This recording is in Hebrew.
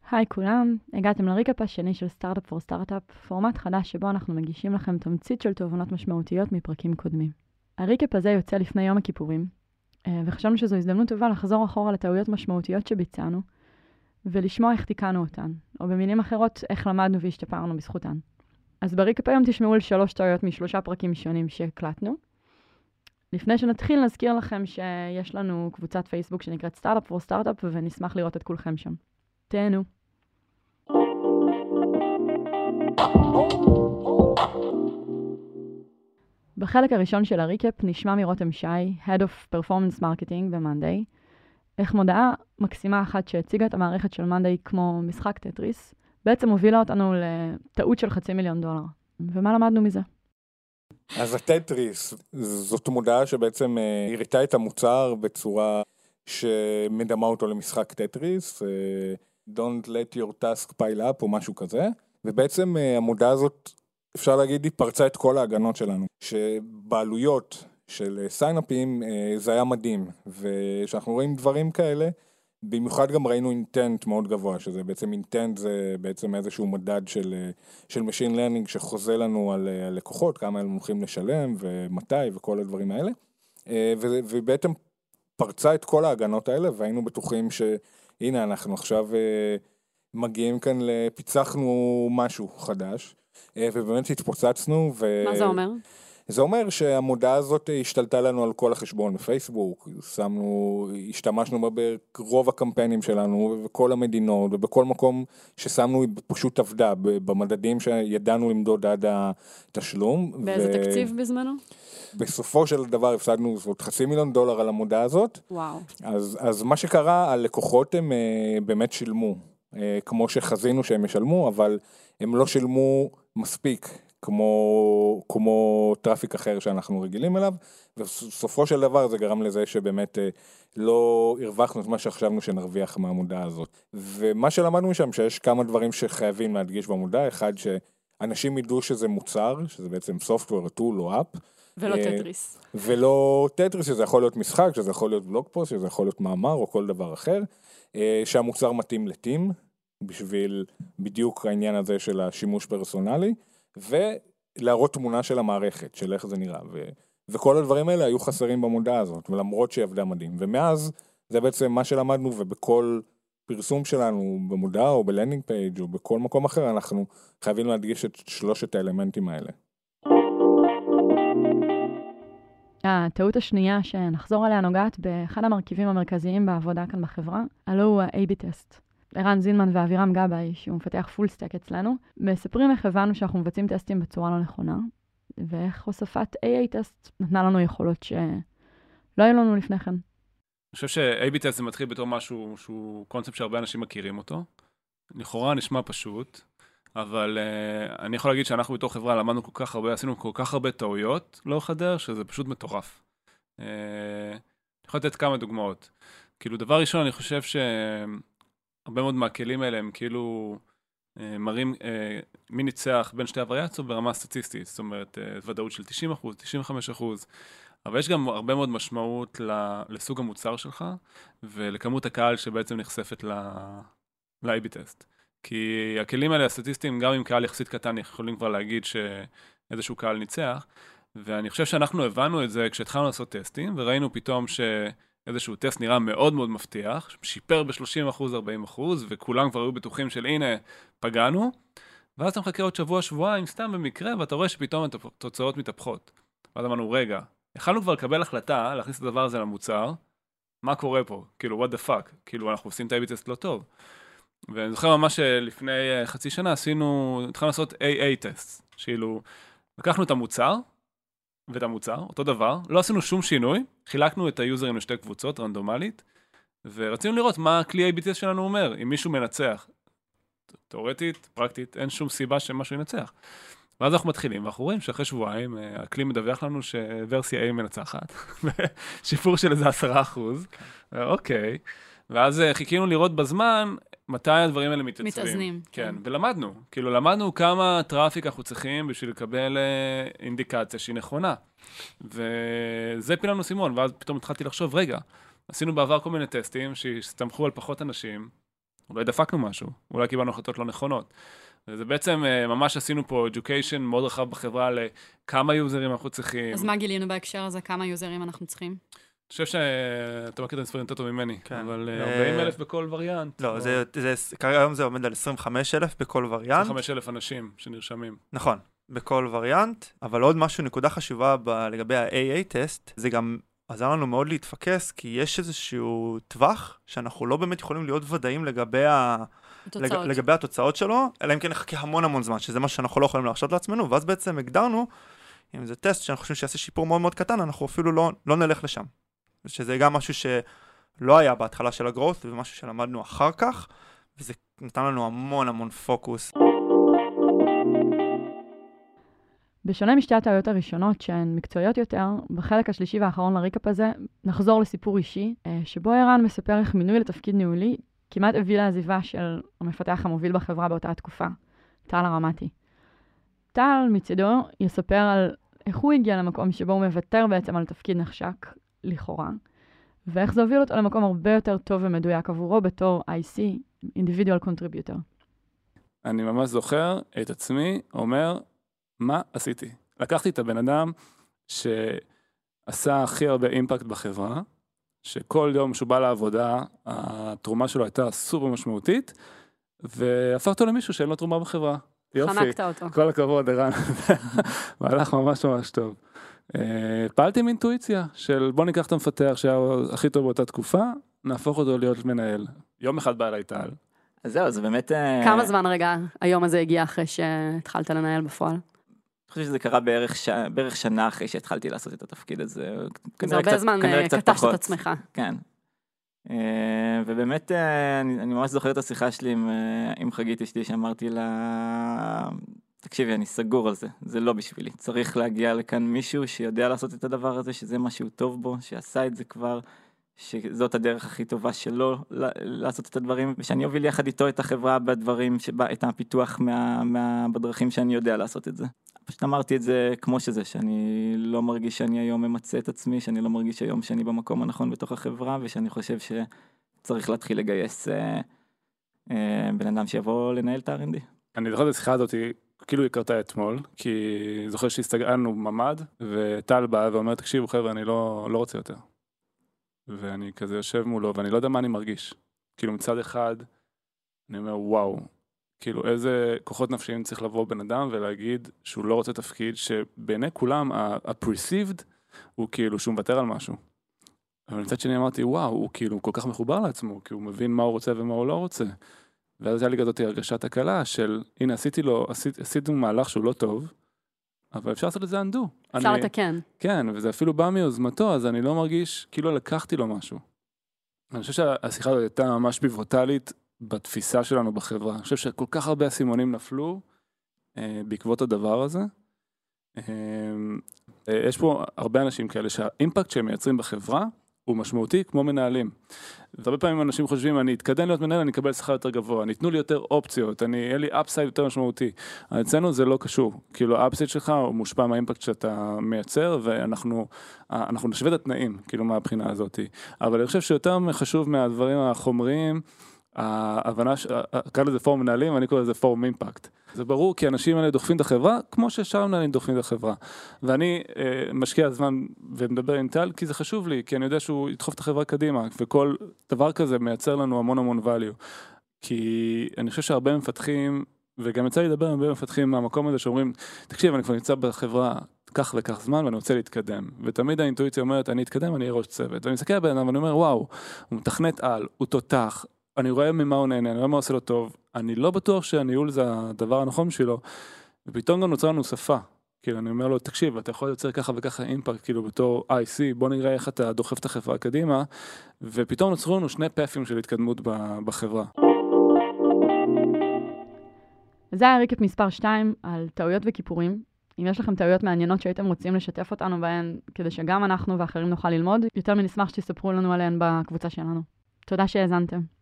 היי כולם, הגעתם לריקאפ השני של סטארט-אפ פור סטארט-אפ, פורמט חדש שבו אנחנו מגישים לכם תמצית של תובנות משמעותיות מפרקים קודמים. הריקאפ הזה יוצא לפני יום הכיפורים, וחשבנו שזו הזדמנות טובה לחזור אחורה לטעויות משמעותיות שביצענו, ולשמוע איך תיקנו אותן, או במילים אחרות, איך למדנו והשתפרנו בזכותן. אז בריקאפ היום תשמעו על 3 טעויות מ3 פרקים שונים שהקלטנו. לפני שנתחיל נזכיר לכם שיש לנו קבוצת פייסבוק שנקראת סטארט-אפ פור סטארט-אפ, ונשמח לראות את כולכם שם. תהנו. בחלק הראשון של הריקאפ נשמע מרותם שי, Head of Performance Marketing ב-Monday, איך מודעה מקסימה אחת שהציגה את המערכת של Monday כמו משחק טטריס, בעצם הובילה אותנו לטעות של $500,000. ומה למדנו מזה? אז הטטריס, זאת מודעה שבעצם הראתה את המוצר בצורה שמדמה אותו למשחק טטריס, Don't let your task pile up או משהו כזה, ובעצם המודעה הזאת, אפשר להגיד, היא פרצה את כל ההגנות שלנו, שבעלויות של סיינאפים זה היה מדהים, ושאנחנו רואים דברים כאלה, במיוחד גם ראינו אינטנט מאוד גבוה, שזה בעצם אינטנט זה בעצם איזשהו מדד של Machine Learning שחוזה לנו על לקוחות, כמה הם הולכים לשלם ומתי וכל הדברים האלה, ובעצם פרצה את כל ההגנות האלה, והיינו בטוחים שהנה אנחנו עכשיו מגיעים כאן, פיצחנו משהו חדש, ובאמת התפוצצנו. מה זה אומר? זה אומר שהמודעה הזאת השתלטה לנו על כל החשבון בפייסבוק, השתמשנו בה ברוב הקמפיינים שלנו, ובכל המדינות, ובכל מקום ששמנו היא פשוט עבדה, במדדים שידענו למדוד עד התשלום. באיזה תקציב בזמנו? בסופו של דבר הפסדנו $500,000 על המודעה הזאת. וואו. אז מה שקרה, הלקוחות הם באמת שילמו, כמו שחזינו שהם ישלמו, אבל הם לא שילמו מספיק, כמו טראפיק אחר שאנחנו רגילים אליו, ובסופו של דבר זה גרם לזה שבאמת לא הרווחנו את מה שחשבנו שנרוויח מהמודעה הזאת. ומה שלמדנו משם, שיש כמה דברים שחייבים להדגיש במודעה, אחד שאנשים ידעו שזה מוצר, שזה בעצם software, tool או app, ולא טטריס. ולא טטריס, שזה יכול להיות משחק, שזה יכול להיות בלוג פוסט, שזה יכול להיות מאמר או כל דבר אחר, שהמוצר מתאים לטים, בשביל בדיוק העניין הזה של השימוש פרסונלי, ולהראות תמונה של המערכת, של איך זה נראה, וכל הדברים האלה היו חסרים במודעה הזאת, ולמרות שהיא עבדה מדהים, ומאז זה בעצם מה שלמדנו, ובכל פרסום שלנו במודעה, או בלנדינג פייג' או בכל מקום אחר, אנחנו חייבים להדגיש את 3 האלמנטים האלה. הטעות השנייה שנחזור עליה נוגעת באחד המרכיבים המרכזיים בעבודה כאן בחברה, הלא הוא ה-AB טסט. ערן זינמן ואבירם גבאי, שהוא מפתח פול סטק אצלנו, מספרים איך הבנו שאנחנו מבצעים טסטים בצורה לא נכונה, ואיך הוספת AA טסט נתנה לנו יכולות שלא היו לנו לפני כן. אני חושב ש-AB טסט זה מתחיל בתור משהו שהוא קונספט שהרבה אנשים מכירים אותו. לכאורה נשמע פשוט, אבל אני יכול להגיד שאנחנו בתור חברה למדנו כל כך הרבה, עשינו כל כך הרבה טעויות לאורך הדרך, שזה פשוט מטורף. אני יכול לתת כמה דוגמאות. כאילו, דבר ראשון, אני חושב שהרבה מאוד מהכלים האלה הם כאילו מראים מי ניצח בין שתי הווריאציות ברמה סטטיסטית, זאת אומרת, ודאות של 90%, 95%, אבל יש גם הרבה מאוד משמעות לסוג המוצר שלך, ולכמות הקהל שבעצם נחשפת ל-AB טסט. כי הכלים האלה הסטטיסטיים, גם עם קהל יחסית קטן, יכולים כבר להגיד שאיזשהו קהל ניצח, ואני חושב שאנחנו הבנו את זה כשהתחלנו לעשות טסטים, וראינו פתאום שאיזשהו טסט נראה מאוד מאוד מבטיח, שיפר ב-30%, 40%, וכולם כבר היו בטוחים של הנה, פגענו, ואז אתה מחכה עוד שבוע, שבועיים, סתם במקרה, ואתה רואה שפתאום התוצאות מתהפכות. ואז אמרנו, רגע, יכלנו כבר לקבל החלטה, להכניס את הדבר הזה למוצר, מה קורה פה? כאילו, what the fuck? כאילו, אנחנו עושים את ה-AB טסט לא טוב. ואני זוכר ממש לפני חצי שנה התחלנו לעשות AA טסט, שאילו לקחנו את המוצר ואת המוצר, אותו דבר, לא עשינו שום שינוי, חילקנו את היוזרים לשתי קבוצות רנדומלית, ורצינו לראות מה הכלי A/B טסט שלנו אומר, אם מישהו מנצח. תיאורטית, פרקטית, אין שום סיבה שמשהו ינצח. ואז אנחנו מתחילים, ואנחנו רואים שאחרי שבועיים, הכלי מדווח לנו שוורסיה A מנצחת, ושיפור של איזה 10%, אוקיי, ואז חיכינו לראות בזמן, מתי הדברים האלה מתאזנים. כן, ולמדנו. כאילו, למדנו כמה טראפיק אנחנו צריכים בשביל לקבל אינדיקציה שהיא נכונה. וזה פיל לנו סימון, ואז פתאום התחלתי לחשוב, רגע, עשינו בעבר כל מיני טסטים שהסתמכו על פחות אנשים, אולי דפקנו משהו, אולי קיבלנו החלטות לא נכונות. וזה בעצם, ממש עשינו פה education מאוד רחב בחברה לכמה יוזרים אנחנו צריכים. אז מה גילינו בהקשר הזה? כמה יוזרים אנחנו צריכים? אני חושב שאתה מכיר את המספרים יותר טוב ממני, אבל 40,000 בכל וריאנט. לא, כרגע היום זה עומד על 25,000 בכל וריאנט. 25,000 אנשים שנרשמים. נכון, בכל וריאנט, אבל עוד משהו, נקודה חשובה לגבי ה-AA טסט, זה גם עזר לנו מאוד להתפקס, כי יש איזשהו טווח שאנחנו לא באמת יכולים להיות ודאים לגבי התוצאות שלו, אלא אם כן נחכה המון זמן, שזה משהו שאנחנו לא יכולים להרשות לעצמנו, ואז בעצם הגדרנו, אם זה טסט שאנחנו חושבים שיעשה שיפור מאוד מאוד קטן, אנחנו אפילו לא נלך לשם. שזה גם משהו שלא היה בהתחלה של הגרוס, זה משהו שלמדנו אחר כך, וזה נתן לנו המון פוקוס. בשונה משתי הטעויות הראשונות שהן מקצועיות יותר, בחלק השלישי והאחרון לריקאפ הזה, נחזור לסיפור אישי, שבו ערן מספר איך מינוי לתפקיד ניהולי כמעט הביא לעזיבה של המפתח המוביל בחברה באותה התקופה, טל הרמתי. טל מצידו יספר על איך הוא הגיע למקום שבו הוא מוותר בעצם על תפקיד נחשק, לכאורה, ואיך זה הוביל אותו למקום הרבה יותר טוב ומדויק עבורו בתור IC, Individual Contributor. אני ממש זוכר את עצמי אומר, מה עשיתי? לקחתי את הבן אדם שעשה הכי הרבה אימפקט בחברה, שכל יום שהוא בא לעבודה, התרומה שלו הייתה סופר משמעותית, והפך אותו למישהו שאין לו תרומה בחברה. יופי. חנקת אותו. כל הכבוד, ערן. מהלך ממש טוב. פעלתי עם אינטואיציה של בוא ניקח את המפתח שהיה הכי טוב באותה תקופה, נהפוך אותו להיות מנהל. יום אחד בא אליי טל. אז זהו, זה באמת... כמה זמן רגע היום הזה הגיע אחרי שהתחלת לנהל בפועל? אני חושב שזה קרה בערך שנה אחרי שהתחלתי לעשות את התפקיד הזה. זה הרבה זמן קטשת את עצמך. כן. ובאמת, אני ממש זוכר את השיחה שלי עם חגית אשתי, שאמרתי לה, תקשיבי, אני סגור על זה, זה לא בשבילי. צריך להגיע לכאן מישהו שיודע לעשות את הדבר הזה, שזה משהו טוב בו, שעשה את זה כבר, שזאת הדרך הכי טובה שלו לעשות את הדברים, ושאני אוביל יחד איתו את החברה בדברים, את הפיתוח בדרכים שאני יודע לעשות את זה. פשוט אמרתי את זה כמו שזה, שאני לא מרגיש שאני היום ממצא את עצמי, שאני לא מרגיש היום שאני במקום הנכון בתוך החברה, ושאני חושב שצריך להתחיל לגייס בן אדם שיבוא לנהל את ה-R&D. אני זוכר את השיחה הזאת, כאילו היא קרתה אתמול, כי זוכר שהסתגלנו ממד, וטל בא ואומר, תקשיבו חבר'ה, אני לא רוצה יותר. ואני כזה יושב מולו, ואני לא יודע מה אני מרגיש. כאילו מצד אחד, אני אומר, וואו, כאילו איזה כוחות נפשיים צריך לבוא בן אדם ולהגיד שהוא לא רוצה תפקיד, שבעיני כולם, ה-perceived הוא כאילו שהוא מוותר על משהו. אבל מצד שני אמרתי, וואו, הוא כאילו כל כך מחובר לעצמו, כי הוא מבין מה הוא רוצה ומה הוא לא רוצה. ואז היה לי כזאת הרגשת הקלה של, הנה עשיתי מהלך שהוא לא טוב, אבל אפשר לעשות את זה undo. אפשר לתקן. כן, וזה אפילו בא מיוזמתו, אז אני לא מרגיש כאילו לקחתי לו משהו. אני חושב שהשיחה הזאת הייתה ממש פיבוטלית בתפיסה שלנו בחברה. אני חושב שכל כך הרבה הסימונים נפלו בעקבות הדבר הזה. יש פה הרבה אנשים כאלה שהאימפקט שהם מייצרים בחברה הוא משמעותי כמו מנהלים. והרבה פעמים אנשים חושבים, אני אתקדם להיות מנהל, אני אקבל שכר יותר גבוה, אני אתנו לי יותר אופציות, יהיה לי אפסייד יותר משמעותי. אצלנו זה לא קשור, כאילו האפסייד שלך הוא מושפע מהאימפקט שאתה מייצר, ואנחנו נשווה את התנאים, כאילו מהבחינה הזאת. אבל אני חושב שיותר חשוב מהדברים החומריים, ההבנה, קרא לזה פורום מנהלים, אני קורא לזה פורום אימפקט. זה ברור כי אנשים האלה דוחפים את החברה, כמו ששאר מנהלים דוחפים את החברה. ואני משקיע זמן ומדבר עם טל, כי זה חשוב לי, כי אני יודע שהוא ידחוף את החברה קדימה, וכל דבר כזה מייצר לנו המון value. כי אני חושב שהרבה מפתחים, וגם יצא לי לדבר עם הרבה מפתחים מהמקום הזה שאומרים, תקשיב, אני כבר נמצא בחברה כך וכך זמן, ואני רוצה להתקדם. ותמיד האינטואיציה אומרת, אני אתקדם, אני אהיה ראש צוות. ואני מסתכל בן אדם, ואני אומר, וואו, הוא מתכנת על, הוא תותח, אני רואה ממה הוא נהנה, אני רואה מה עושה לו טוב, אני לא בטוח שהניהול זה הדבר הנכון שלו, ופתאום גם נוצרה לנו שפה, כאילו אני אומר לו, תקשיב, אתה יכול ליוצר ככה וככה אימפקט, כאילו בתור IC, בוא נראה איך אתה דוחף את החברה קדימה, ופתאום נוצרו לנו שני פאפים של התקדמות בחברה. זה היה ריקאפ מספר 2 על טעויות וכיפורים. אם יש לכם טעויות מעניינות שהייתם רוצים לשתף אותנו בהן, כדי שגם אנחנו ואחרים נוכל ללמוד, יותר מנשמח שתספרו לנו עליהן בקבוצה שלנו. תודה שהאזנתם.